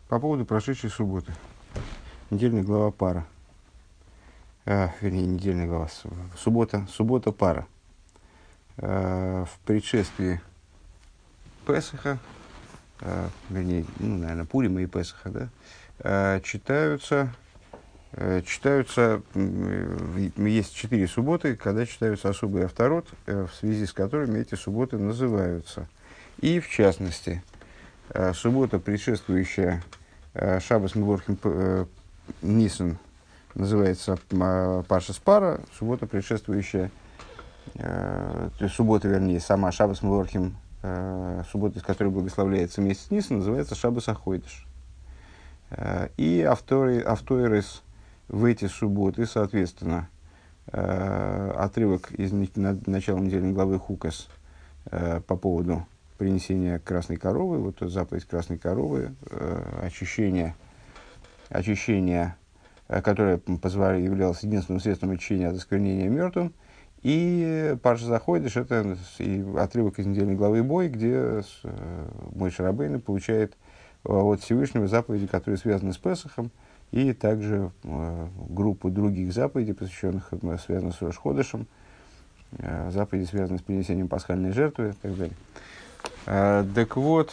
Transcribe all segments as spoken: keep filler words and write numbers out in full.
По поводу прошедшей субботы. Недельная глава пара. А, вернее, недельная глава. Суббота, суббота пара. А, в предшествии Песаха, а, вернее, ну, наверное, Пурима и Песаха, да, а, читаются, а, читаются, есть четыре субботы, когда читаются особый авторот, а, в связи с которыми эти субботы называются. И, в частности, а, суббота, предшествующая Шаббас Меворхим Нисан, называется Паршас Пара, суббота, предшествующая, э, суббота, вернее, сама Шаббас Меворхим, э, суббота, из которой благословляется месяц Нисан, называется Шаббас Ахойдеш. Э, и автоирес в эти субботы, соответственно, э, отрывок из начала недельной главы Хукас э, по поводу принесения красной коровы, вот заповедь красной коровы, э, очищение, очищение, э, которое позволяет, являлось единственным средством очищения от осквернения мертвым. И Парша Заходиш — это отрывок из недельной главы Бой, где э, Моше Рабейну получает от Всевышнего заповеди, которые связаны с Песахом, и также э, группу других заповедей, посвященных, связанных с Рош Ходешем, э, заповеди, связанные с принесением пасхальной жертвы и так далее. Uh, так вот,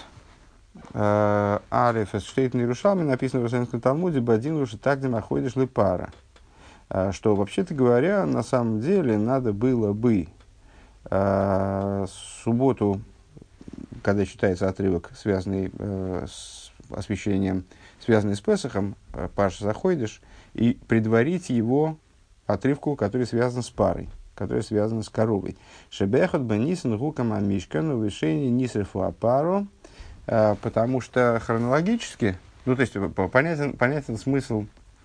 uh, Ареф Штейт на Иерушалме, написано в Иерусалимском Талмуде, Бадин Луши так где находишь ли пара. Uh, что, вообще-то говоря, на самом деле надо было бы uh, субботу, когда читается отрывок, связанный uh, с освящением, связанный с Песахом, uh, Парша Заходиш, и предварить его отрывку, который связан с парой, которая связана с коровой. Шебехот бенисен гукама мишкану вишени нисерфу апару, потому что хронологически, ну то есть понятен, понятен смысл,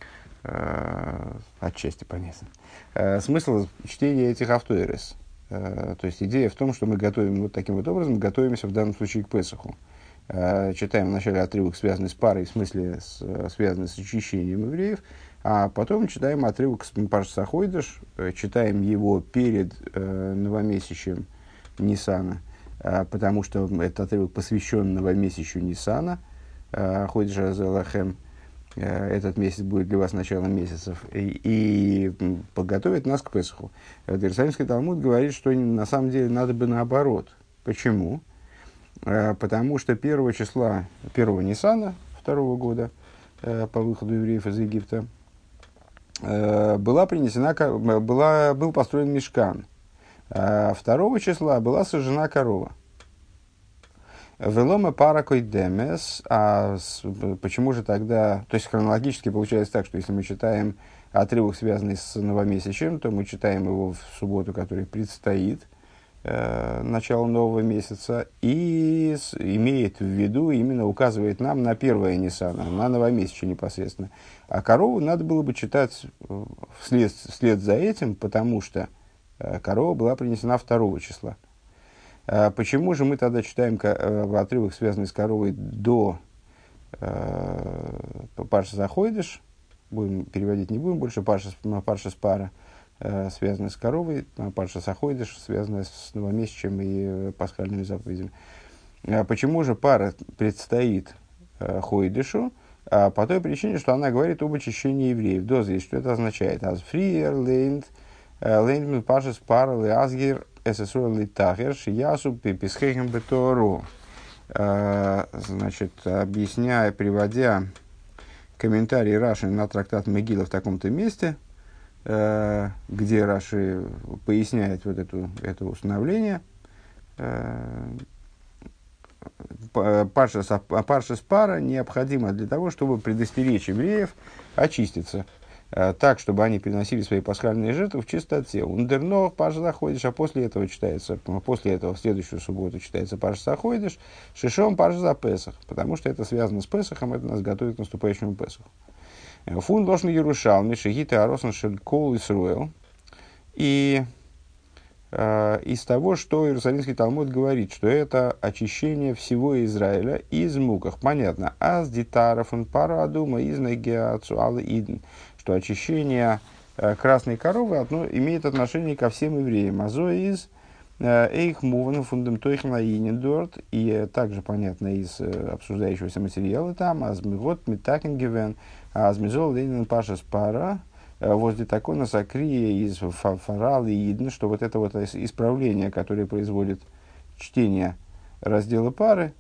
э, отчасти понятен, э, смысл чтения этих автоэрес. Э, то есть идея в том, что мы готовим вот таким вот образом, готовимся в данном случае к Песаху. Э, читаем вначале отрывок, связанный с парой, в смысле с, связанный с очищением евреев, а потом читаем отрывок с Паршас Ахойдеш, читаем его перед э, новомесячем Нисана, э, потому что этот отрывок посвящен новомесячу Нисана. Ахойдеш Азелахем, э, этот месяц будет для вас началом месяцев, и, и подготовит нас к Песаху. Иерусалимский Талмуд говорит, что на самом деле надо бы наоборот. Почему? Э, потому что первого числа, первого Нисана второго года, э, по выходу евреев из Египта, была принесена, была, был построен мишкан. Второго числа была сожжена корова. Велома пара койдемес. А почему же тогда... То есть хронологически получается так, что если мы читаем отрывок, связанный с новомесячем, то мы читаем его в субботу, которая предстоит, э, начало нового месяца, и с, имеет в виду, именно указывает нам на первое Нисана, на новомесячие непосредственно. А корову надо было бы читать вслед, вслед за этим, потому что э, корова была принесена второго числа. А почему же мы тогда читаем э, в отрывок, связанный с коровой, до э, Паршас Ахойдеш? Будем переводить не будем больше, Паршас, Паршас Пара, э, связанный с коровой, Паршас Ахойдеш, связанный с новомесячем и э, пасхальными заповедями. А почему же пара предстоит э, Хойдешу? А по той причине, что она говорит об очищении евреев. Доза, что это означает? Аз фриер лейнд лейнд Паршас Пара леазгер эсэсуэр литахер шиясу пиписхехем бетору. Значит, объясняя, приводя комментарий Раши на трактат Мегила в таком-то месте, э, где Раши поясняет вот эту, это установление, э, Паршас, Паршас Пара необходимо для того, чтобы предостеречь евреев очиститься, э, так, чтобы они приносили свои пасхальные жертвы в чистоте. Ундернох Паршас Ахойдеш, а после этого читается, после этого в следующую субботу читается Паршас Ахойдеш, Шишом Паршас Песах, потому что это связано с Песахом, это нас готовит к наступающему Песаху. Фун должен Иерушалми, Шегита Аросан Шелькол Исруэл. И э, из того, что Иерусалимский Талмуд говорит, что это очищение всего Израиля из муках. Понятно. Аз дитара фун пара адума из нагиацуала идн. Что очищение э, красной коровы одно, имеет отношение ко всем евреям. Азо из Эйх муван фундам тойхна дорт. И также понятно из обсуждающегося материала там, азмигот метакин гивен, азмизол лейнен паша спара, возле такой насакрия из фарал и идн, что вот это вот исправление, которое производит чтение раздела пары,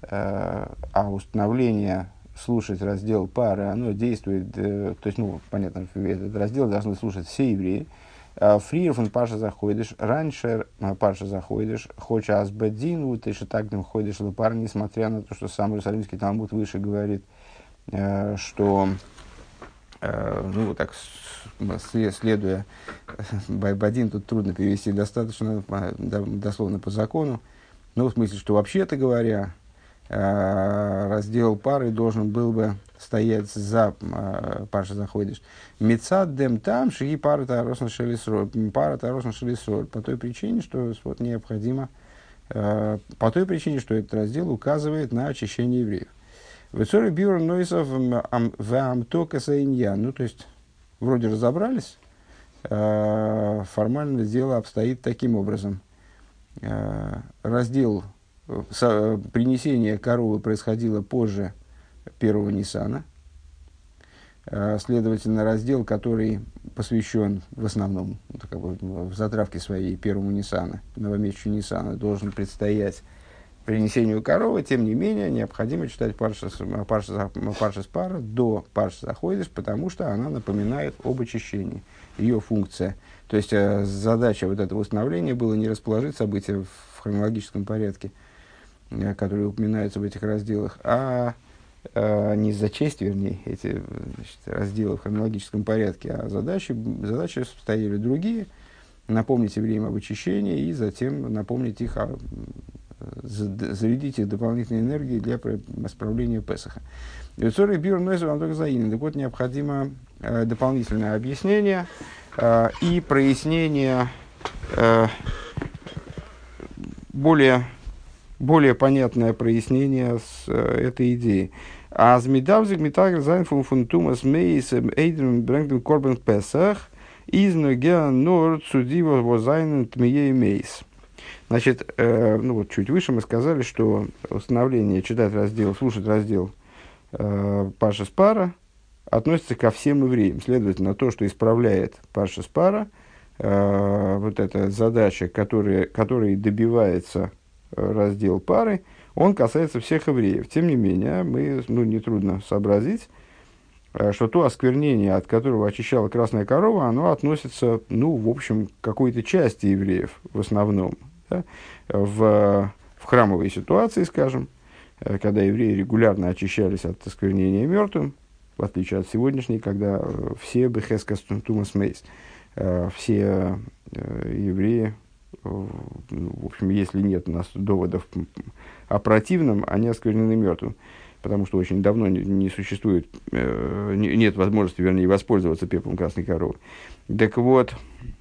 а установление слушать раздел пары, оно действует, то есть, ну, понятно, этот раздел должны слушать все евреи. Фриер фон Паша заходишь, раньше Паша заходишь, хоча азбадин, вот и шатагдем ходишь лапар, несмотря на то, что сам Иерусалимский Талмуд выше говорит, что, ну, вот так, следуя Бадин, тут трудно перевести достаточно, дословно по закону, но в смысле, что вообще-то говоря, раздел пары должен был бы стоять за Паша заходишь. Мецад дем там шиги пара таросна шелисроль. Пара таросна шелисроль. По той причине, что вот, необходимо, по той причине, что этот раздел указывает на очищение евреев. Вецори бюро нойсов в амтока саиньян. Ну, то есть, вроде разобрались, формально дело обстоит таким образом. Раздел принесение коровы происходило позже первого Ниссана. Следовательно, раздел, который посвящен в основном, как бы, в затравке своей первому Ниссана, новомесячу Ниссана, должен предстоять принесению коровы. Тем не менее, необходимо читать Паршас Пара до Паршас Заходиш, потому что она напоминает об очищении, ее функция. То есть, задача вот этого установления была не расположить события в хронологическом порядке, которые упоминаются в этих разделах, а, а не зачесть, вернее, эти, значит, разделы в хронологическом порядке, а задачи, задачи стояли другие, напомнить евреям об очищении и затем напомнить их, о, зарядить их дополнительной энергией для исправления Песаха. Так вот, необходимо э, дополнительное объяснение э, и прояснение э, более более понятное прояснение с э, этой идеи. А змидавзик митагр зайн фун фун тумас мейс эйдрем брэнгден корбен песах из ноге нор цудива возайнен тмией мейс. Значит, э, ну вот чуть выше мы сказали, что установление, читать раздел, слушать раздел э, Паршас Пара относится ко всем евреям. Следовательно, то, что исправляет Паршас Пара, э, вот эта задача, которая, которой добивается раздел пары, он касается всех евреев. Тем не менее, мы, ну, нетрудно сообразить, что то осквернение, от которого очищала красная корова, оно относится, ну, в общем, к какой-то части евреев в основном. Да? В, в храмовой ситуации, скажем, когда евреи регулярно очищались от осквернения мертвым, в отличие от сегодняшней, когда все бехескас тумас мейс, все евреи, в общем, если нет у нас доводов о противном, они осквернены мертвым, потому что очень давно не, не существует, э, не, нет возможности, вернее, воспользоваться пеплом красной коровы. Так вот,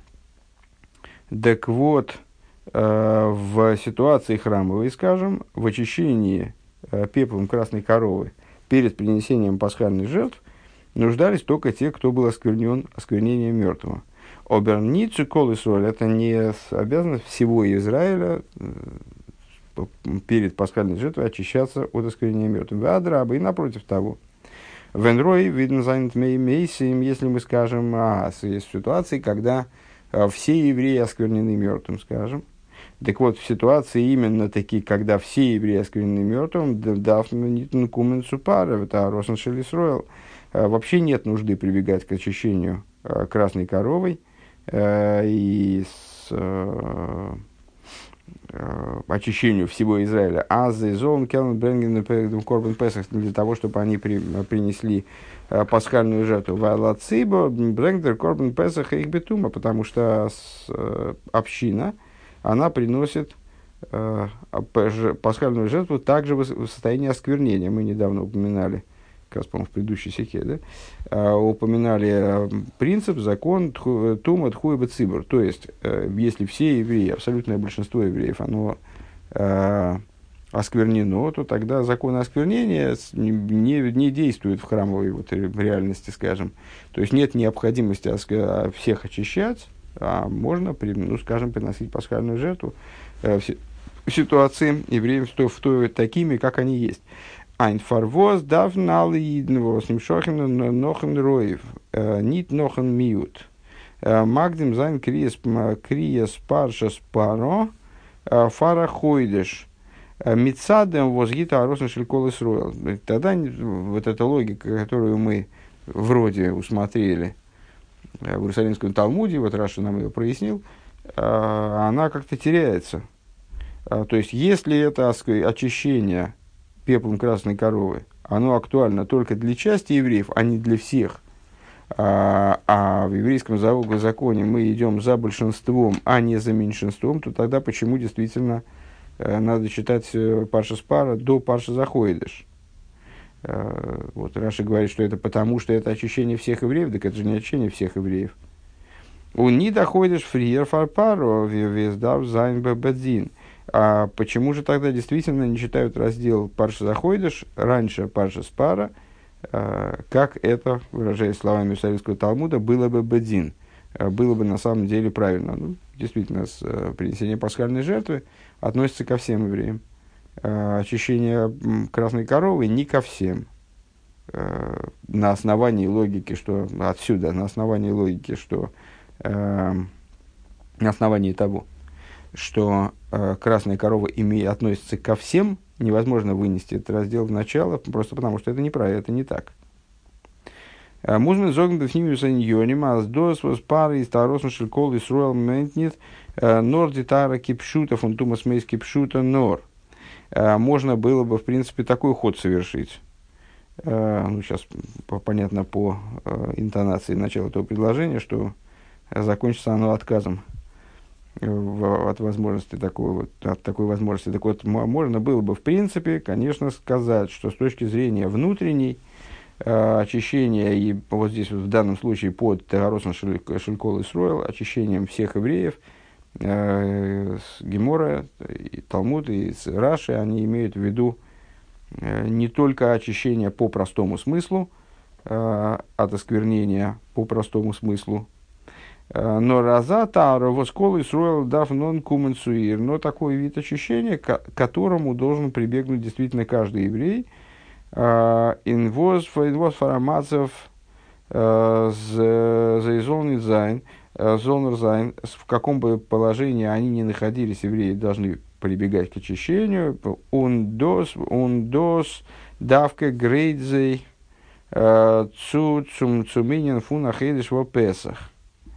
так вот э, в ситуации храмовой, скажем, в очищении э, пеплом красной коровы перед принесением пасхальных жертв нуждались только те, кто был осквернен осквернением мертвого. Оберницу колесоль — это не обязанность всего Израиля э, перед пасхальной жертвой очищаться от осквернения мертвым. Веадраба, и напротив того. Венрой видно занят мейсим, если мы скажем, а, есть ситуации, когда э, все евреи осквернены мертвым, скажем. Так вот, в ситуации именно такие, когда все евреи осквернены мертвым, дафна нитн кумен супара, это росен шелисроил, вообще нет нужды прибегать к очищению э, красной коровой, и с э, э, очищению всего Израиля. А за зон келн бренген корбан песах, для того, чтобы они при, принесли э, пасхальную жертву. Вайлацибо бренгдер корбан песах их бетума, потому что с, э, община, она приносит э, пасхальную жертву также в состоянии осквернения. Мы недавно упоминали, как раз, по-моему, в предыдущей секе, да, а, упоминали а, принцип, закон тума тхуеба цибур. То есть, а, если все евреи, абсолютное большинство евреев, оно а, осквернено, то тогда закон осквернения не, не, не действует в храмовой вот, реальности, скажем. То есть, нет необходимости всех очищать, а можно, ну, скажем, приносить пасхальную жертву в ситуации евреев в той, такими, как они есть. Ein Farvos darf alle Jiden, was im Schochen nochen Roiv, nicht nochen Miut. Магдим зайн криес парша спаро фара хойдеш. Мицадем возгита аросен шелькол Исруэл. Тогда вот эта логика, которую мы вроде усмотрели в Иерусалимском Талмуде, вот Раша нам ее прояснил, она как-то теряется. То есть, если это очищение пеплом красной коровы, оно актуально только для части евреев, а не для всех, а, а в еврейском законе мы идем за большинством, а не за меньшинством, то тогда почему действительно э, надо читать парша спара до парша захойдеш? Э, вот Раши говорит, что это потому, что это очищение всех евреев, так это же не очищение всех евреев. У не доходишь фриер фарпаро вездав зайн бадзин. А почему же тогда действительно не читают раздел парша захойдеш раньше парша спара, как это, выражаясь словами Иерусалимского Талмуда, было бы бадзин, было бы на самом деле правильно. Ну, действительно, с, принесение пасхальной жертвы относится ко всем евреям. Очищение красной коровы не ко всем. На основании логики, что отсюда, на основании логики, что на основании того, что красная корова имеет, относится ко всем, невозможно вынести этот раздел в начало, просто потому что это неправильно, это не так. Музмен зогн бифнимиус аньоним, аздос вос пары из таросн шелькол и сруэл ментнит, нор дитара кипшута, фунтумас мейс кипшута нор. Можно было бы, в принципе, такой ход совершить. Ну, сейчас понятно по интонации начала этого предложения, что закончится оно отказом В, от возможности такой, вот, от такой возможности. Так вот, можно было бы, в принципе, конечно, сказать, что с точки зрения внутренней э, очищения, и вот здесь вот в данном случае под Тегаросом Шелькол Исруэл, очищением всех евреев, э, с Гемора, и Талмуд, и с Раши, они имеют в виду э, не только очищение по простому смыслу, э, от осквернения по простому смыслу, но раза тара воскол Исруэл дав нон куменцуир, но такой вид очищения, к которому должен прибегнуть действительно каждый еврей. Инвоз инвоз фарамацев заизолнит зайн, зонер зайн, в каком бы положении они ни находились, евреи должны прибегать к очищению. Он дос, он дос, давка грейдзей, цу цум цуминин фуна хейдиш во песах.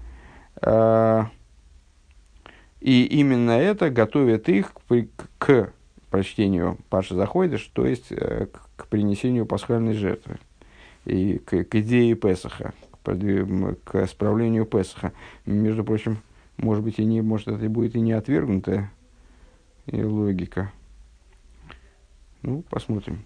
И именно это готовит их к, к прочтению Парши Захойдеш, то есть к, к принесению пасхальной жертвы и к, к идее Песаха, к, к справлению Песаха. Между прочим, может быть, и не, может, это будет и не отвергнутая логика. Ну, посмотрим.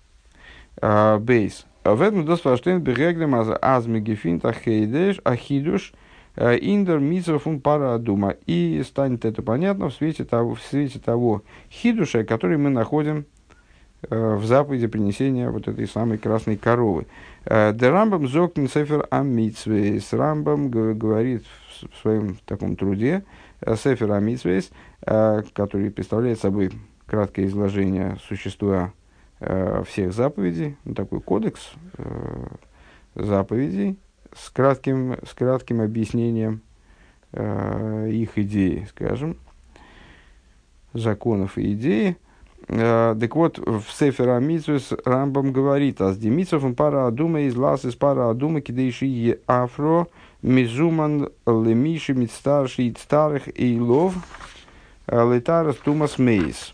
Бейс. В этом достаточно бегеглем азмигефинт ахейдеш ахидуш индер митцвафун парадума. И станет это понятно в свете того, в свете того хидуша, который мы находим э, в заповеди принесения вот этой самой красной коровы. Де Рамбам зоктен сефер амитсвейс. Рамбам говорит в своем таком труде сефер амитсвейс, э, который представляет собой краткое изложение существа э, всех заповедей, ну, такой кодекс э, заповедей, с кратким, с кратким объяснением э, их идеи, скажем, законов и идеи. Э, так вот, в Сефер Амитсвес Рамбам говорит: «Аз демитсов он пара адума из лас из пара адума кидейши е афро мизуман лемиши мит старши и старых и лов летарас тумас мейс».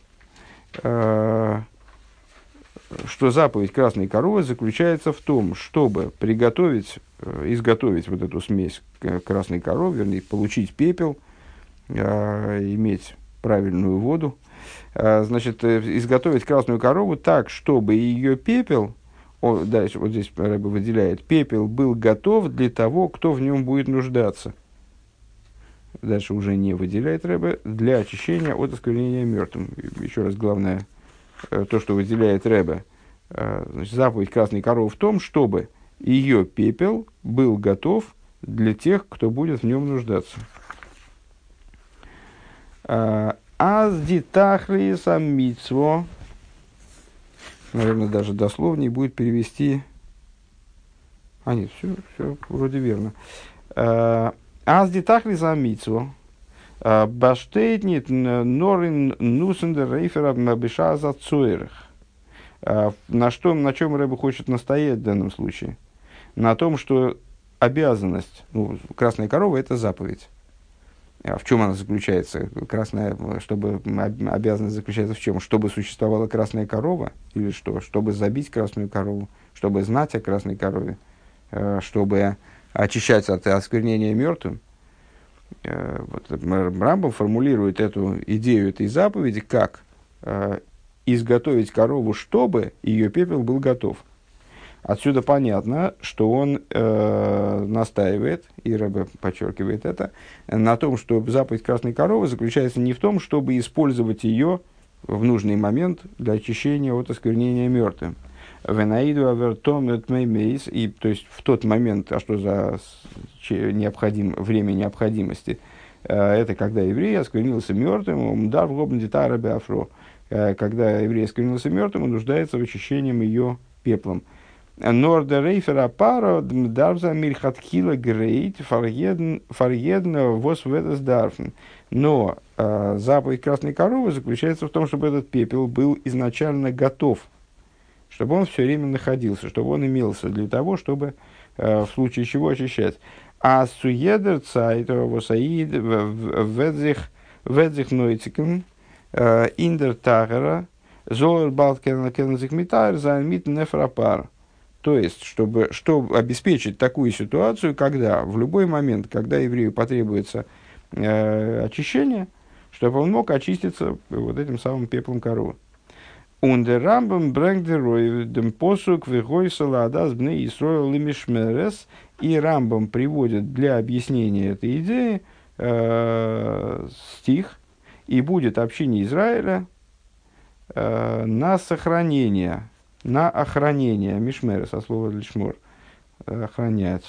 Что заповедь красной коровы заключается в том, чтобы приготовить, изготовить вот эту смесь красной коровы, вернее, получить пепел, э, иметь правильную воду, э, значит, изготовить красную корову так, чтобы ее пепел, о, дальше вот здесь Рэбе выделяет, пепел был готов для того, кто в нем будет нуждаться. Дальше уже не выделяет Рэбе, для очищения от осквернения мертвым. Еще раз, главное, то, что выделяет Рэбе, значит, заповедь красной коровы в том, чтобы ее пепел был готов для тех, кто будет в нем нуждаться. Аз дитахли самицво. Наверное, даже дословнее будет перевести. А нет, все, все вроде верно. Аз дитахли самицво. Баштейтнит норин нусендер рейфера мабиша за цуэрах. На, что, на чем Рэбе хочет настоять в данном случае? На том, что обязанность, ну, красная корова – это заповедь. А в чем она заключается? Красная, чтобы, обязанность заключается в чем? Чтобы существовала красная корова? Или что? Чтобы забить красную корову? Чтобы знать о красной корове? Чтобы очищать от осквернения мертвым? Вот, Рамбам формулирует эту идею этой заповеди как изготовить корову, чтобы ее пепел был готов. Отсюда понятно, что он э, настаивает, и Рэбе подчеркивает это, на том, что заповедь красной коровы заключается не в том, чтобы использовать ее в нужный момент для очищения от осквернения мертвым. Венаиду авертом меймейс, и то есть в тот момент, а что за необходим, время необходимости, э, это когда еврей осквернился мертвым, дар в лобн детара беафро, когда еврей осквернился мертвым, он нуждается в очищении ее пеплом. Норда рейфера пара дарвза мильхатхила грейт фаргедн вос ведес дарфен. Но э, заповедь красной коровы заключается в том, чтобы этот пепел был изначально готов, чтобы он все время находился, чтобы он имелся для того, чтобы э, в случае чего очищать. А суедер цайт восаид ведзих ведзих нойцикен индер тагера золер балкен кензих митайр займит нефрапар. То есть, чтобы, чтобы обеспечить такую ситуацию, когда в любой момент, когда еврею потребуется э, очищение, чтобы он мог очиститься вот этим самым пеплом коровы. Унде рамбам брэнгдерой посук вегойсала адас бны Исроэл лимишмерес. И Рамбам приводит для объяснения этой идеи э, стих: «И будет общение Израиля э, на сохранение». На охранение, мишмер, со слова лишмор, охранять.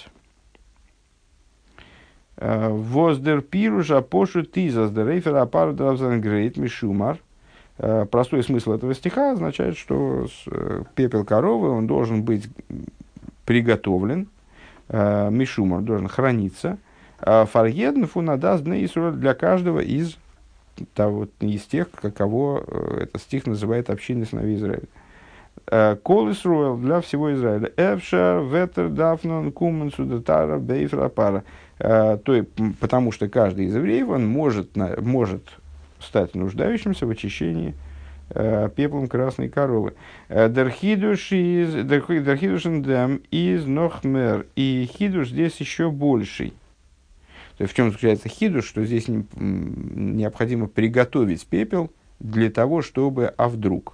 Воздер пируша пошу тизас дерейфера апардравзангрейт мишумар. Простой смысл этого стиха означает, что пепел коровы, он должен быть приготовлен, мишумар должен храниться, фаргедн фунадас бне Исруэль для каждого из, того, из тех, кого этот стих называет общиной сыновей Израиля. Кол Исруэл для всего Израиля. Эвшар, ветер, дафнон, кумен, судатара, бейфра, пара. Потому что каждый из евреев, он может, может стать нуждающимся в очищении пеплом красной коровы. Дерхидуш из дем из нохмер. И хидуш здесь еще больший. То есть в чем заключается хидуш, что здесь необходимо приготовить пепел для того, чтобы, а вдруг.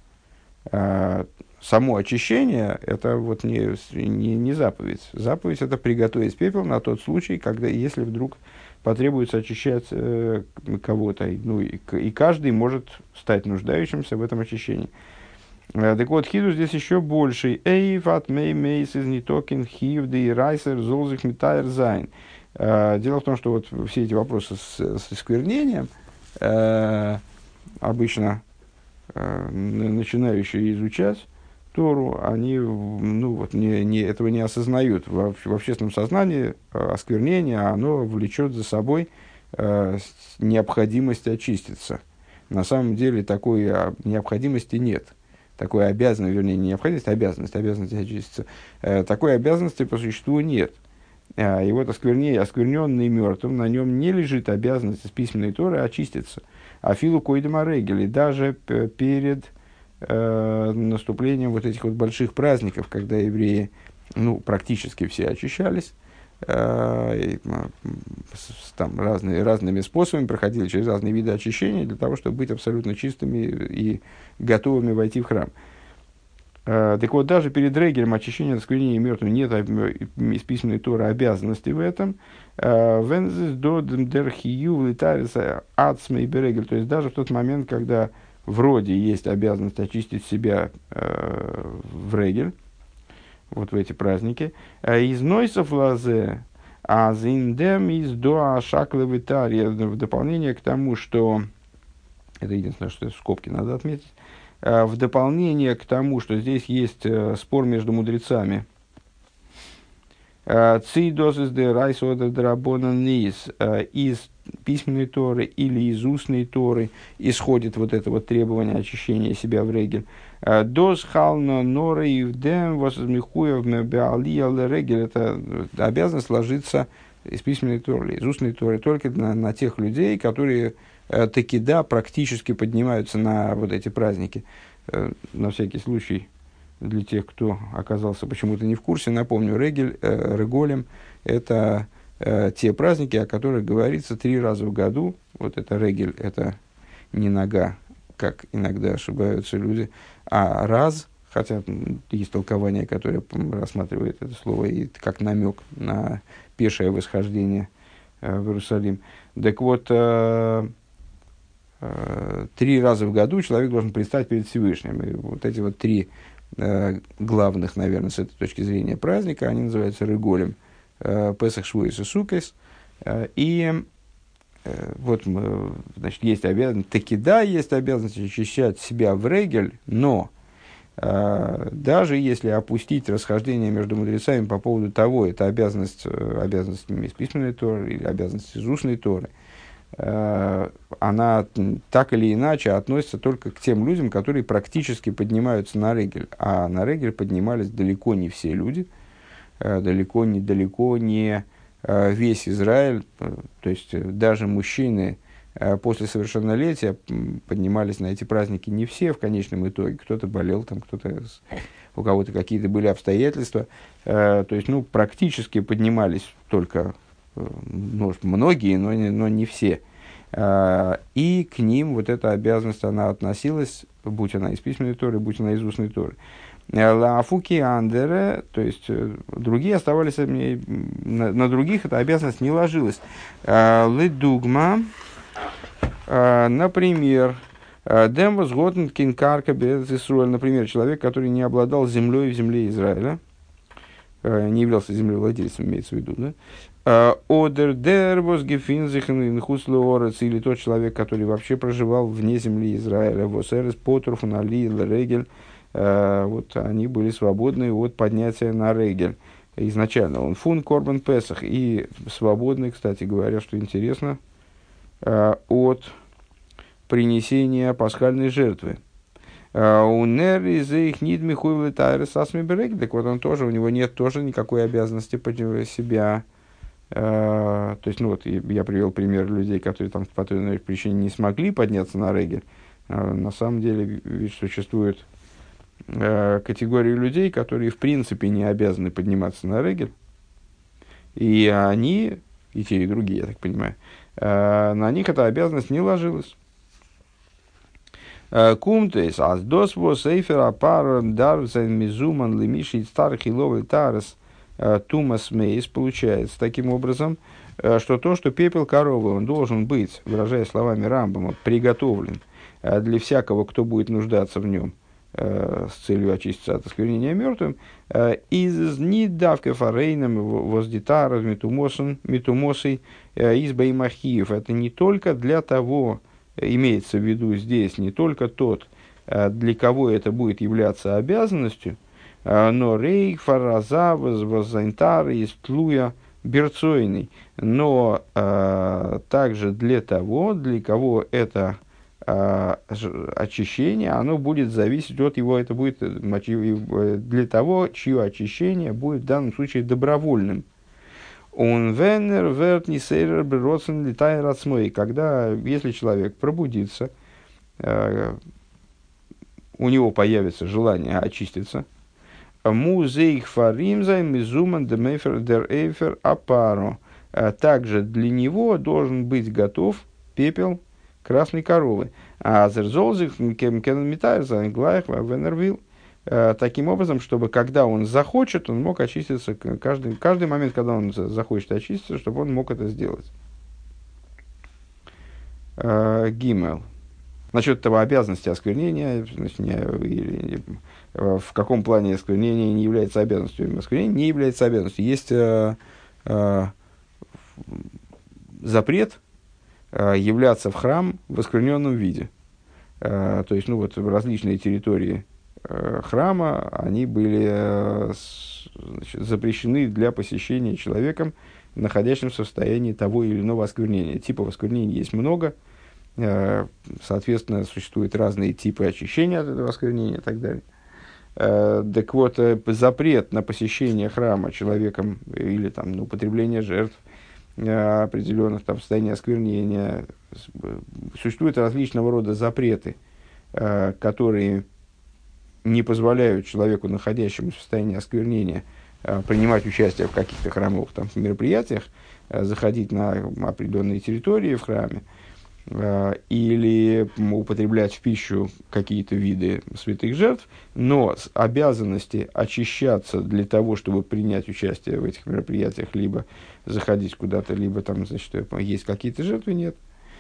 Само очищение – это вот не, не, не заповедь. Заповедь – это приготовить пепел на тот случай, когда, если вдруг потребуется очищать э, кого-то, ну, и, и каждый может стать нуждающимся в этом очищении. Э, так вот, хидуш здесь еще больший. Эйв от мей мейс из нитокин хив де райсер золзих митайр зайн. Дело в том, что вот все эти вопросы с, с осквернением э, обычно начинающие изучать Тору, они ну, вот, не, не, этого не осознают. В, в общественном сознании осквернение, оно влечет за собой э, необходимость очиститься. На самом деле такой необходимости нет. Такой обязанности, вернее, не необходимости, а обязанности, обязанности очиститься. Э, такой обязанности по существу нет. Э, и вот осквернение, оскверненный мертвым, на нем не лежит обязанность из письменной Торы очиститься. А филу койдема регели, даже перед э, наступлением вот этих вот больших праздников, когда евреи, ну, практически все очищались, э, и, с, там, разные, разными способами проходили через разные виды очищения для того, чтобы быть абсолютно чистыми и готовыми войти в храм. Э, так вот, даже перед регелем очищения от осквернения мертвым нет из письменной Торы обязанности в этом. То есть даже в тот момент, когда вроде есть обязанность очистить себя э, в регель, вот в эти праздники, из нойсов лазе А зиндем из до шаклевитария, в дополнение к тому, что это единственное, что скобки надо отметить, в дополнение к тому, что здесь есть спор между мудрецами. Цидос из де райсода драбона низ, из письменной Торы или из устной Торы исходит вот это вот требование очищения себя в регель. Дос хална нора и вдем возмехуев мебеалия регель. Это обязанность ложиться из письменной Торы, из устной Торы только на, на тех людей, которые таки да практически поднимаются на вот эти праздники. На всякий случай, для тех, кто оказался почему-то не в курсе, напомню, регель, э, реголем – это э, те праздники, о которых говорится три раза в году. Вот это регель – это не нога, как иногда ошибаются люди, а раз, хотя есть толкование, которое рассматривает это слово и как намек на пешее восхождение э, в Иерусалим. Так вот, э, э, три раза в году человек должен предстать перед Всевышним. И вот эти вот три главных, наверное, с этой точки зрения праздника, они называются реголем, Песах, Швуис и Суккос. И вот, значит, есть обязанность, таки да, есть обязанность очищать себя в регель, но даже если опустить расхождение между мудрецами по поводу того, это обязанность, обязанность из письменной Торы или обязанность из устной Торы, она так или иначе относится только к тем людям, которые практически поднимаются на регель. А на регель поднимались далеко не все люди, далеко не, далеко не весь Израиль. То есть даже мужчины после совершеннолетия поднимались на эти праздники не все в конечном итоге. Кто-то болел, там, кто-то, у кого-то какие-то были обстоятельства. То есть ну, практически поднимались только ну, многие, но не, но не все. И к ним вот эта обязанность, она относилась, будь она из письменной Торы, будь она из устной Торы. Лафуки андере, то есть другие оставались, на, на других эта обязанность не ложилась. Ледугма, например, Демвос Готен Кинкарка Бец Исруэль, например, человек, который не обладал землей в земле Израиля, не являлся землевладельцем, имеется в виду, да? Одер дервос гефинзихен инхуслоорец, или тот человек, который вообще проживал вне земли Израиля, восерес потров али регель, вот они были свободны от поднятия на регель. Изначально он фун корбан песах и свободный, кстати говоря, что интересно, от принесения пасхальной жертвы. У Нер из их нидми хуйвлы тайрес асми берег, так вот он тоже, у него нет тоже никакой обязанности себя. Uh, то есть, ну вот, я привел пример людей, которые там по той или иной причине не смогли подняться на регель. Uh, на самом деле, ведь существует uh, категория людей, которые в принципе не обязаны подниматься на регель. И они, и те, и другие, я так понимаю, uh, на них эта обязанность не ложилась. Кумтейс, аздос во сейфер апар дарвзен мизуман лемиши старых и ловель тарес Тумас Мейс, получается таким образом, что то, что пепел коровы, он должен быть, выражая словами Рамбама, приготовлен для всякого, кто будет нуждаться в нем с целью очиститься от осквернения мертвым, из нидавка фарейном воздитаров метумосой из баймахиев. Это не только для того, имеется в виду здесь, не только тот, для кого это будет являться обязанностью, но рейх фараза воззайнтар из тлуя берцойный, но а, также для того, для кого это а, очищение, оно будет зависеть от его, это будет для того, чье очищение будет в данном случае добровольным. Он венер вертни сейрер бродсен летай рацмой, когда, если человек пробудится, а, у него появится желание очиститься, музейх фаримзай мизуман демейфер дер эйфер апару. Также для него должен быть готов пепел красной коровы. А зерзолзих кемкенмитайрзай глайх венервил. Таким образом, чтобы когда он захочет, он мог очиститься каждый, каждый момент, когда он захочет очиститься, чтобы он мог это сделать. Гимел. Насчет того обязанности осквернения, значит, не, или, в каком плане осквернение не является обязанностью. Осквернение не является обязанностью. Есть э, э, запрет э, являться в храм в оскверненном виде. Э, то есть, ну вот, различные территории э, храма, они были э, с, значит, запрещены для посещения человеком, находящимся в состоянии того или иного осквернения. Типов осквернений есть много. Э, соответственно, существуют разные типы очищения от этого осквернения и так далее. Э, так вот, э, запрет на посещение храма человеком или там, на употребление жертв э, определенных там, состояний осквернения. Существуют различного рода запреты, э, которые не позволяют человеку, находящемуся в состоянии осквернения, э, принимать участие в каких-то храмовых там, мероприятиях, э, заходить на определенные территории в храме, или употреблять в пищу какие-то виды святых жертв, но с обязанности очищаться для того, чтобы принять участие в этих мероприятиях, либо заходить куда-то, либо там, значит, есть какие-то жертвы, нет.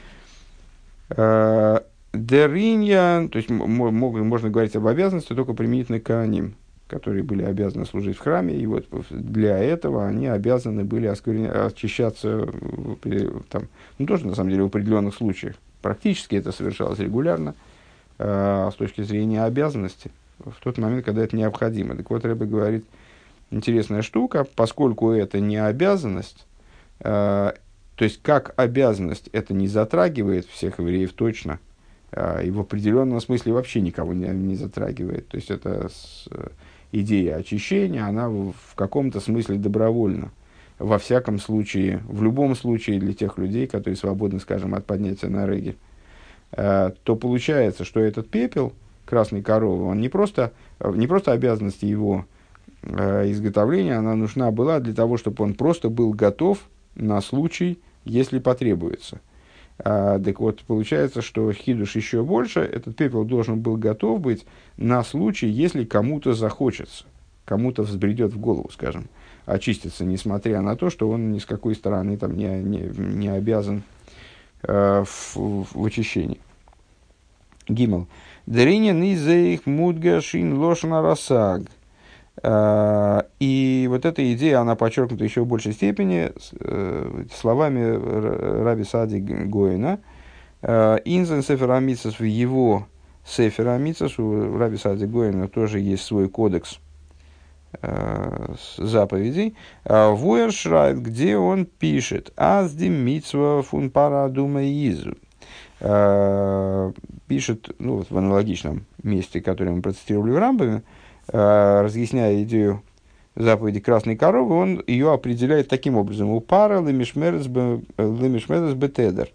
Деринья, то есть можно говорить об обязанности только применительно к коаним, которые были обязаны служить в храме, и вот для этого они обязаны были оскверня... очищаться, там, ну, тоже, на самом деле, в определенных случаях. Практически это совершалось регулярно, э, с точки зрения обязанности, в тот момент, когда это необходимо. Так вот, Ребе говорит, интересная штука, поскольку это не обязанность, э, то есть, как обязанность это не затрагивает всех евреев точно, э, и в определенном смысле вообще никого не, не затрагивает. То есть, это... С, идея очищения, она в каком-то смысле добровольна. Во всяком случае, в любом случае для тех людей, которые свободны, скажем, от поднятия на реги, э, то получается, что этот пепел красной коровы, он не просто, не просто обязанность его э, изготовления, она нужна была для того, чтобы он просто был готов на случай, если потребуется. А, так вот, получается, что хидуш еще больше, этот пепел должен был готов быть на случай, если кому-то захочется, кому-то взбредет в голову, скажем, очиститься, несмотря на то, что он ни с какой стороны там, не, не, не обязан э, в, в очищении. Гимл. Деринин изеих мудгашин лошна расаг. И вот эта идея, она подчеркнута еще в большей степени э, словами Раби Саади Гоэна. Инзен Сефер Амитсос, в его Сефер Амитсос, у Раби Саади Гоэна тоже есть свой кодекс э, заповедей. Вуэршрайт, где он пишет «Азди митсва фун парадума изу». Пишет, ну, вот в аналогичном месте, которое мы процитировали в Рамбаме, разъясняя идею заповеди красной коровы, он ее определяет таким образом. У пара лемишмерес бетедер.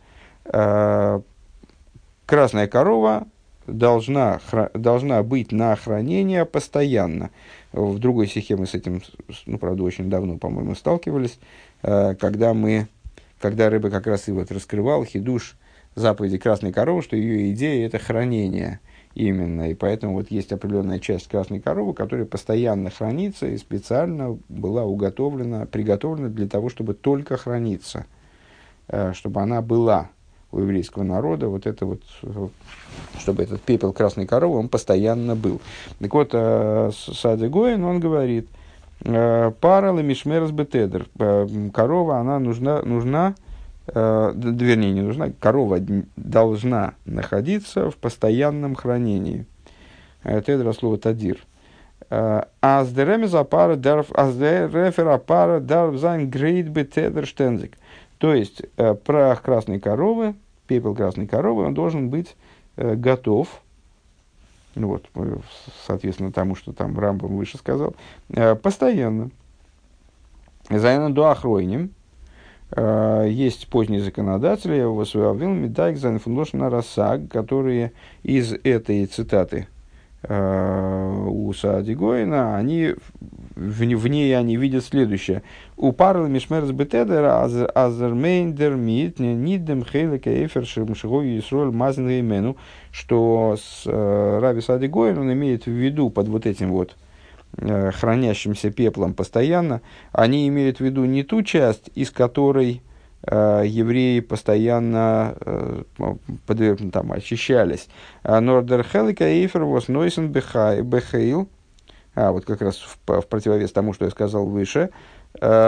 Красная корова должна, должна быть на хранение постоянно. В другой стихе мы с этим, ну, правда, очень давно, по-моему, сталкивались, когда мы, когда Ребе как раз и вот раскрывал хидуш заповеди красной коровы, что ее идея – это хранение. Именно, и поэтому вот есть определенная часть красной коровы, которая постоянно хранится и специально была уготовлена, приготовлена для того, чтобы только храниться, чтобы она была у еврейского народа, вот это вот, чтобы этот пепел красной коровы, он постоянно был. Так вот, Саади Гоэн, он говорит, пара лемишмерс бетедер, корова, она нужна, нужна, вернее, не нужна, корова должна находиться в постоянном хранении. Тедра слово тадир. Аздеремеза пара дарф, аздерефера пара дарф зайн грейт бетедер штензик. То есть, прах красной коровы, пепел красной коровы, он должен быть готов, ну вот, соответственно тому, что там Рамбам выше сказал, постоянно. Зайна дуахройним. Есть поздние законодатели, которые из этой цитаты у Саади Гоэна, они, в, в ней они видят следующее. У парлы мишмерс бетедера азермейндер мит нидем хейлека эфер шимшигой исроль мазен, что с Раби Саади Гоэн, он имеет в виду под вот этим вот хранящимся пеплом постоянно, они имеют в виду не ту часть, из которой э, евреи постоянно э, под, там, очищались. Нордер хелика эйфер вос нойсен бехейл, а вот как раз в, в противовес тому, что я сказал выше, э,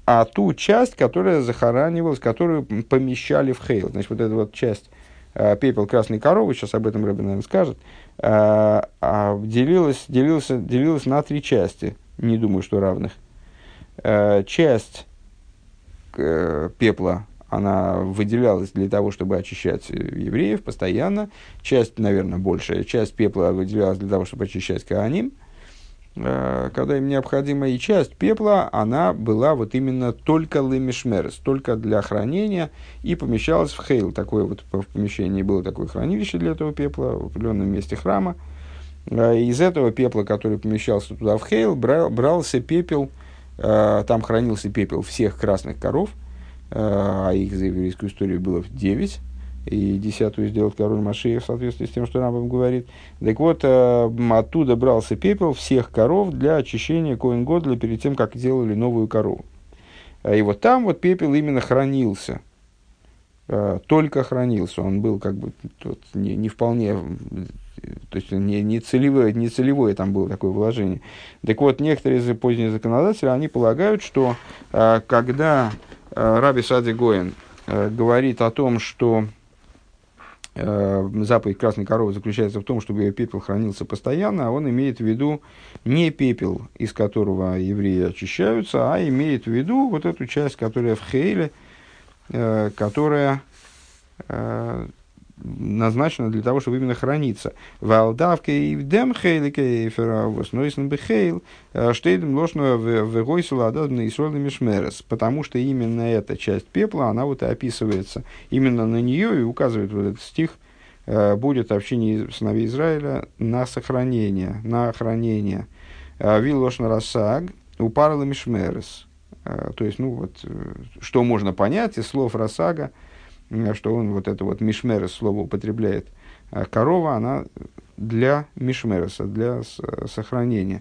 а ту часть, которая захоранивалась, которую помещали в хейл. Значит, вот эта вот часть э, пепел красной коровы, сейчас об этом Рэбе, наверное, скажет, э, э, делилась, делилась, делилась на три части, не думаю, что равных. Э, часть э, пепла, она выделялась для того, чтобы очищать евреев постоянно. Часть, наверное, большая часть пепла выделялась для того, чтобы очищать коаним, когда им необходимо. И часть пепла, она была вот именно только лемишмерес, только для хранения, и помещалась в хейл. Такое вот в помещении было такое хранилище для этого пепла в определенном месте храма. Из этого пепла, который помещался туда в хейл, брал, брался пепел, там хранился пепел всех красных коров, а их за еврейскую историю было девять, и десятую сделал король Машиах в соответствии с тем, что Рамбам говорит. Так вот, оттуда брался пепел всех коров для очищения коэн годля перед тем, как делали новую корову. И вот там вот пепел именно хранился, только хранился. Он был как бы тут не, не вполне, то есть не, не, целевое, не целевое там было такое вложение. Так вот, некоторые из поздних законодателей, они полагают, что когда Раби Саади Гоэн говорит о том, что заповедь красной коровы заключается в том, чтобы ее пепел хранился постоянно, а он имеет в виду не пепел, из которого евреи очищаются, а имеет в виду вот эту часть, которая в хейле, которая назначена для того, чтобы именно храниться. Валдавке и в дем хейлике снойсен бехейл штейдем ложного вегойсула ададна исролы мишмерес. Потому что именно эта часть пепла, она вот и описывается. Именно на нее и указывает вот этот стих: будет общение сыновей Израиля на сохранение, на хранение. Вил лошна расаг упарла мишмерес. То есть, ну вот, что можно понять из слов расага, что он вот это вот мишмерес слово употребляет. Корова, она для мишмереса, для сохранения.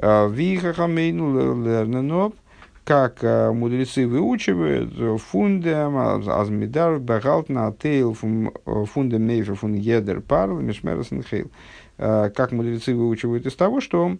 Как мудрецы выучивают, фундем, азмидар, багалтна, атейл, фундем мейфер, фун едер, парл, мишмерес нхейл. Как мудрецы выучивают из того, что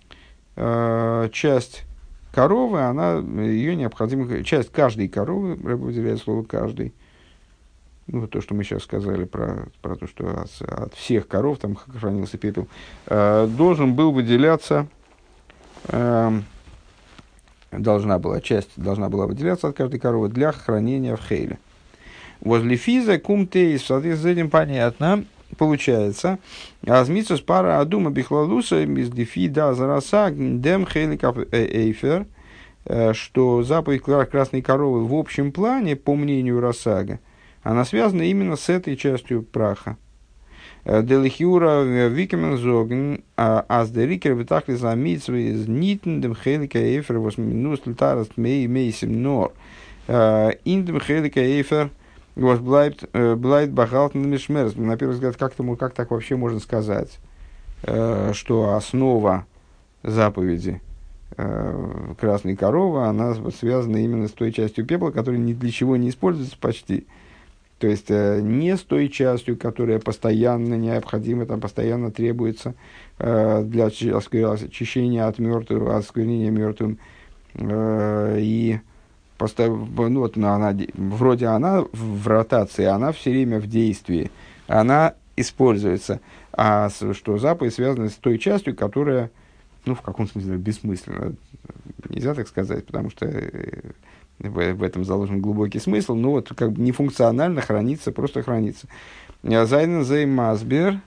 часть коровы, она, ее необходимо, часть каждой коровы, выделяет слово каждый. Ну, вот то, что мы сейчас сказали про, про то, что от, от всех коров там хранился пепел, э, должен был выделяться, э, должна была, часть должна была выделяться от каждой коровы для хранения в хейле. Возле физа кумтейс, в соответствии с этим понятно, получается, азмицус пара адума бихлалуса из дефида зараса дем хейликап эйфер, что заповедь красной коровы в общем плане, по мнению Расага, она связана именно с этой частью праха. Делихюра викемензоген аздерикер витахли замитсвы из нитндем хелика эйфер восьминус литараст мей мейсим нор индем хелика эйфер was bleibt bleibt behalten мишмерс. На первый взгляд, как, как так вообще можно сказать, что основа заповеди красной коровы, она связана именно с той частью пепла, которая ни для чего не используется почти. То есть, э, не с той частью, которая постоянно необходима, там постоянно требуется э, для очищения от мертвого, от осквернения мертвым. Э, и постав, ну, вот, ну, она, вроде она в ротации, она все время в действии, она используется. А что заповедь связана с той частью, которая, ну, в каком смысле, бессмысленна. Нельзя так сказать, потому что... В, в этом заложен глубокий смысл, но вот как бы нефункционально хранится, просто хранится. Зайнен зей масбер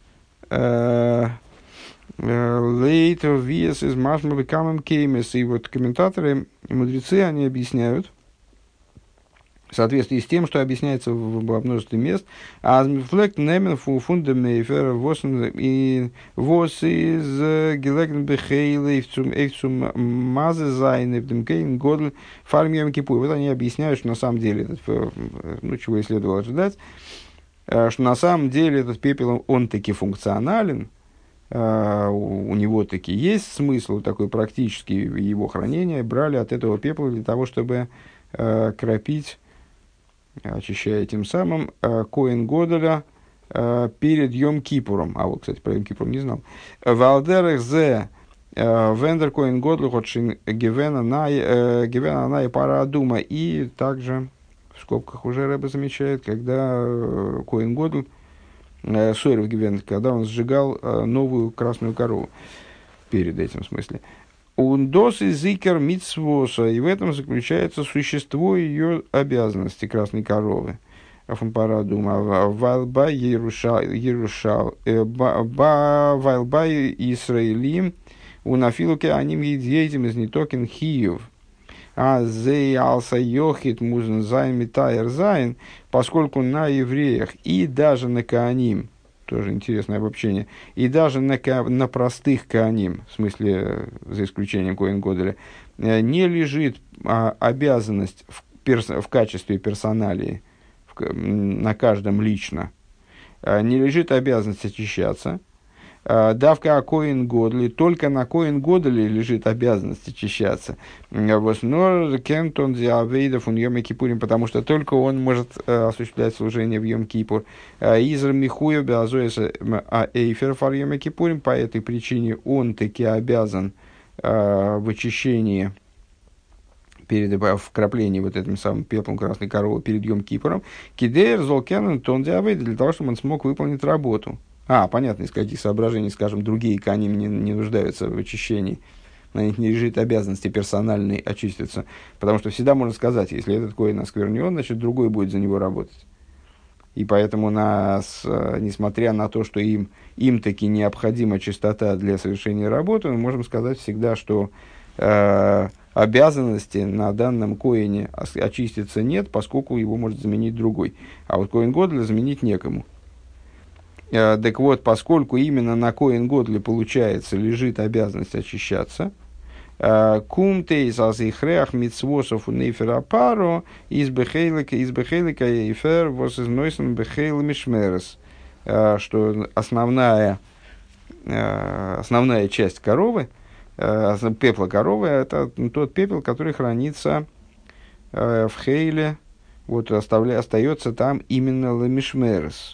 лейтер виес из машма бекамем кеймес. И вот комментаторы, мудрецы, они объясняют, в соответствии с тем, что объясняется в, во множестве мест, азмифлект немен фундамейфер и вос из гелеген бехейле эйфцум мазе зайны вдемкейн годль фармием кипур. Вот они объясняют, что на самом деле, ну, чего и следовало ожидать, что на самом деле этот пепел, он таки функционален, у него таки есть смысл такой практический его хранения, брали от этого пепла для того, чтобы кропить, очищая тем самым коэн годоля перед Йом Кипуром. А вот, кстати, про Йом Кипур не знал. Валдерах зе Вендер Коин Годлу Хотшин Гивена Най Пара Дума. И также в скобках уже Рэбе замечает, когда Коин Годл Сойров Гивен, когда он сжигал новую красную корову. Перед этим, в смысле. Ундос и зикер митсвоса. И в этом заключается существо ее обязанности красной коровы. Афанпарадума. Вайлба Ерушал. Вайлба Исраилим. Унафилуке аним едетим из нетокен хиев. А зей алса йохит музен зайн митайр зайн. Поскольку на евреях и даже на кааним, тоже интересное обобщение, и даже на, на простых кааним, в смысле, за исключением Коэн Годеля, не лежит а, обязанность в, перс, в качестве персоналии, в, на каждом лично, а, не лежит обязанность очищаться. А, давка о Коэн Годеле, только на Коэн Годеле лежит обязанность очищаться. Воснор кентон диавейдов он йом кипурим, потому что только он может а, осуществлять служение в йом кипур. Изр михуя беазоеса а эйфер фар йом кипурим, по этой причине он таки обязан а, в очищении, перед вкраплении вот этим самым пеплом красной коровы перед йом кипуром, кидейр золкенон тон диавейд, для того, чтобы он смог выполнить работу. А, понятно, из каких соображений, скажем, другие кааним не, не нуждаются в очищении. На них не лежит обязанности персональной очиститься. Потому что всегда можно сказать, если этот коэн осквернен, значит, другой будет за него работать. И поэтому, нас, несмотря на то, что им, им таки необходима чистота для совершения работы, мы можем сказать всегда, что э, обязанности на данном коэне очиститься нет, поскольку его может заменить другой. А вот коэн Годеля заменить некому. Так вот, поскольку именно на Коэн Годле, получается, лежит обязанность очищаться, кумтейс азихреах митцвосов у нейфера паро из бехейлика из бехейлика эйфер вос из нойсен бехейл мишмерес, что основная, основная часть коровы, пепла коровы, это тот пепел, который хранится в хейле, вот оставля, остается там именно ламишмерес.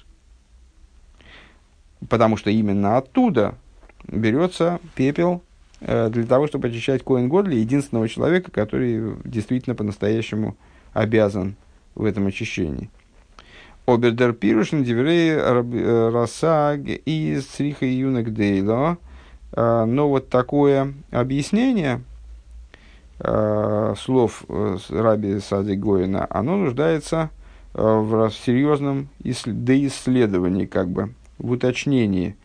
Потому что именно оттуда берется пепел э, для того, чтобы очищать Коэн Годли, единственного человека, который действительно по-настоящему обязан в этом очищении. Обердер пирушн диверей расаг из цриха юнек дейло. Но вот такое объяснение э, слов э, раби Саади Гоэна, оно нуждается э, в серьезном доисследовании, как бы, в уточнении.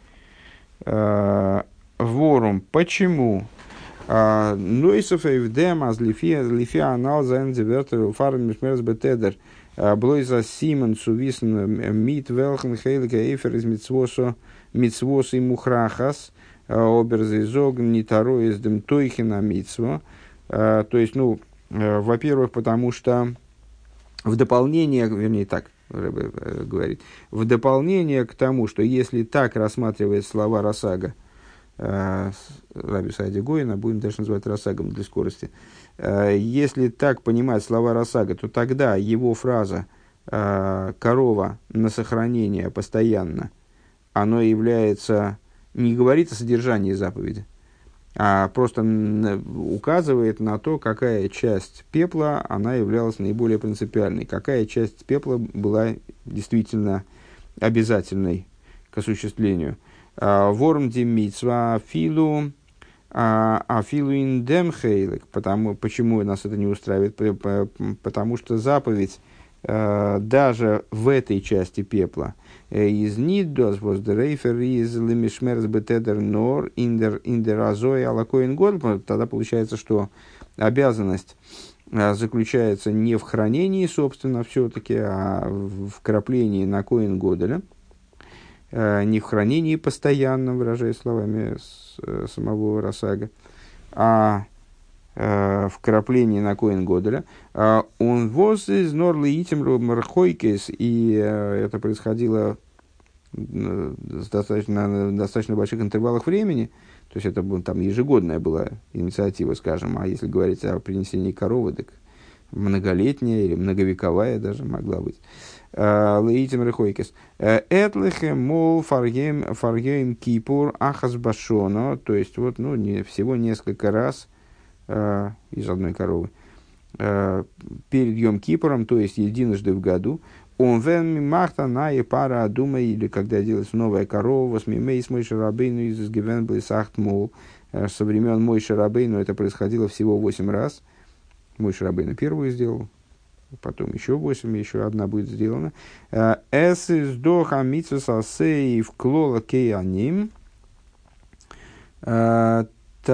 Ворум, почему? Нойсов эвдем аз лифия анал зайн зевертер фарм мишмерс бетедер блойза симон сувисн мит велхен хейлика эйфер из митцвосо митцвос и мухрахас оберзизог нитаро из дем тойхина митцво. То есть, ну, во-первых, потому что в дополнение, вернее так, Рэбе говорит, в дополнение к тому, что если так рассматривает слова Расага, э, Раби Саади Гоэна, будем дальше называть Расагом для скорости, э, если так понимать слова Расага, то тогда его фраза э, «корова на сохранение постоянно», оно является, не говорит о содержании заповеди, а просто указывает на то, какая часть пепла она являлась наиболее принципиальной, какая часть пепла была действительно обязательной к осуществлению. Ворм демитсва филу афилу индем хейлек. Почему нас это не устраивает? Потому что заповедь даже в этой части пепла из нидос воздерейфер из лимишмерс бетедер нор индер индеразой алакоин год. Тогда получается, что обязанность заключается не в хранении, собственно, все-таки, а в вкраплении на коин годеля, не в хранении постоянном, выражаясь словами самого Расага, а вкрапление на коин годеля. Он воз из норли итим мархойкес, и это происходило с достаточно, на достаточно больших интервалах времени, то есть это там ежегодная была инициатива, скажем, а если говорить о принесении коровы, так многолетняя или многовековая даже могла быть. Леитим рехойкес. Этлихе мол фаргем фаргем кипур ахас башоно. То есть, вот, ну, не, всего несколько раз э, из одной коровы. Э, перед Йом Кипуром, то есть единожды в году. Он вен махта на и пара дума, или когда делается новая корова, восьмимейс Мойше Рабейну из гивен блисахт мол. Со времен Мойше Рабейну это происходило всего восемь раз. Мойше Рабейну первую сделал, потом еще восемь, еще одна будет сделана. Эс из доха митсус асей в клола кейаним. Так,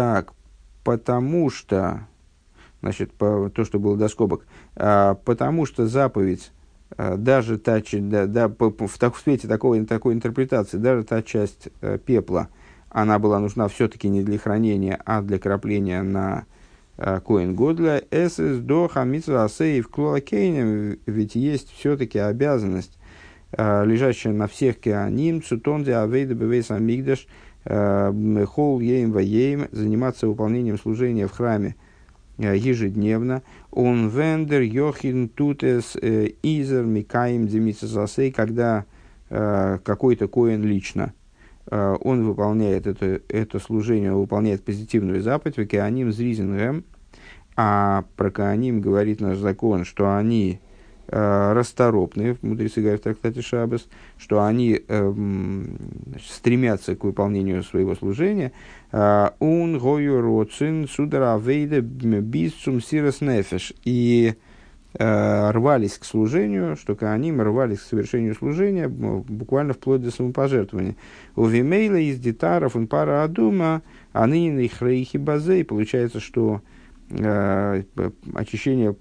потому что, значит, по, то, что было до скобок, потому что заповедь, даже та, да, да, в, в свете такой, такой интерпретации, даже та часть пепла, она была нужна все-таки не для хранения, а для крапления на коэн годля. Эсэс до хамитсва асеев клолакейнем, ведь есть все-таки обязанность, лежащая на всех кеаним, цутонде авейда бевейс амигдаш, хол ейм ваейм, заниматься выполнением служения в храме ежедневно. Он вендер йохин тутес изер микаим демитсас асей, когда какой-то коэн лично он выполняет это, это служение, он выполняет позитивную заповедь, векеаним зризингем, а про кеаним говорит наш закон, что они э, расторопны, мудрецы говорят в трактате Шаббес, что они э, значит, стремятся к выполнению своего служения. Он гою роцин судара вейде бисцум сирос нефеш, и рвались к служению, что кеаним рвались к совершению служения, буквально вплоть до самопожертвования. У Вимейла из детаров он пара адума, а ныне их рейхи базей. Получается, что э, очищение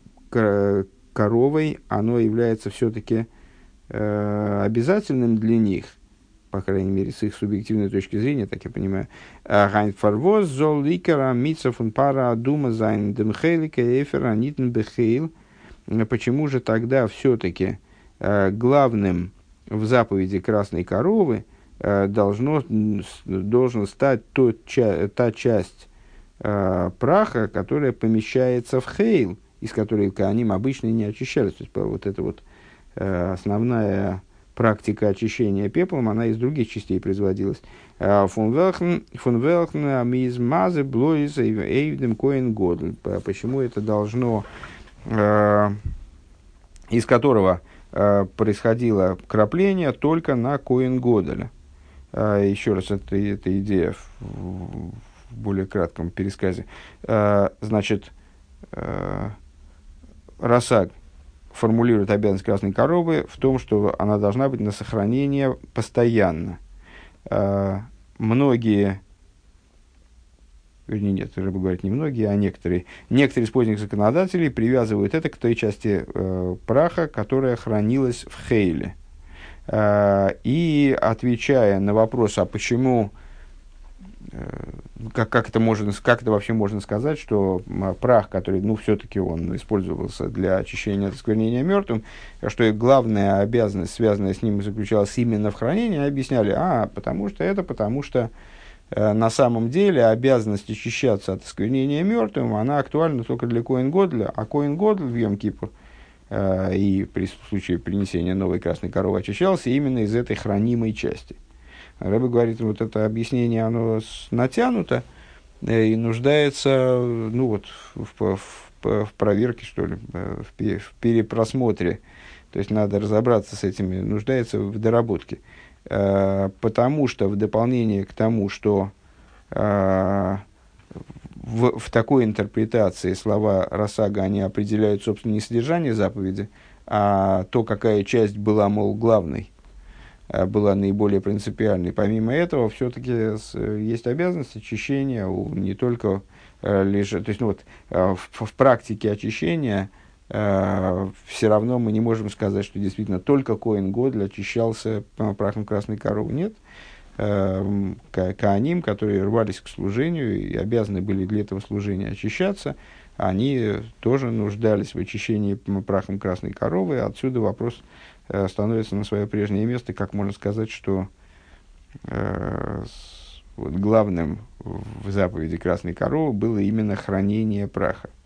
коровой, оно является все-таки э, обязательным для них, по крайней мере, с их субъективной точки зрения, так я понимаю. Гайн фарвоз зол ликера митцев он пара адума зайн демхейлика эфера нитн бехейл. Почему же тогда все-таки э, главным в заповеди красной коровы э, должно, должен стать тот, ча, та часть э, праха, которая помещается в хейл, из которой кеаним обычно не очищались. То есть вот эта вот э, основная практика очищения пеплом, она из других частей производилась. Фон Велхен амизмазы блоиз эйвдем коэн годль. Почему это должно, э, из которого э, происходило крапление только на коэн годеля. Э, еще раз, это, это идея в, в более кратком пересказе. Э, значит, э, Расаг формулирует обязанность красной коровы в том, что она должна быть на сохранение постоянно. Э, многие, вернее, нет, Рыба говорит не многие, а некоторые, некоторые из поздних законодателей привязывают это к той части э, праха, которая хранилась в хейле. Э, и отвечая на вопрос, а почему, Как, как, это можно, как это вообще можно сказать, что прах, который, ну, все-таки он использовался для очищения от осквернения мертвым, что и главная обязанность, связанная с ним, заключалась именно в хранении, объясняли, а, потому что это, потому что э, на самом деле обязанность очищаться от осквернения мертвым, она актуальна только для коэн годля, а коэн годль в Йом Кипур э, и при случае принесения новой красной коровы очищался именно из этой хранимой части. Рэбе говорит, вот это объяснение, оно натянуто э, и нуждается, ну вот, в, в, в проверке, что ли, в, в перепросмотре. То есть, надо разобраться с этими, нуждается в доработке. Э, потому что, в дополнение к тому, что э, в, в такой интерпретации слова Расага, они определяют, собственно, не содержание заповеди, а то, какая часть была, мол, главной, была наиболее принципиальной. Помимо этого, все-таки есть обязанность очищения у, не только э, лишь... То есть, ну, вот, э, в, в практике очищения э, все равно мы не можем сказать, что действительно только коэн годль очищался прахом красной коровы. Нет. Э, кааним, которые рвались к служению и обязаны были для этого служения очищаться, они тоже нуждались в очищении прахом красной коровы. Отсюда вопрос становится на свое прежнее место, как можно сказать, что э, вот главным в заповеди красной коровы было именно хранение праха.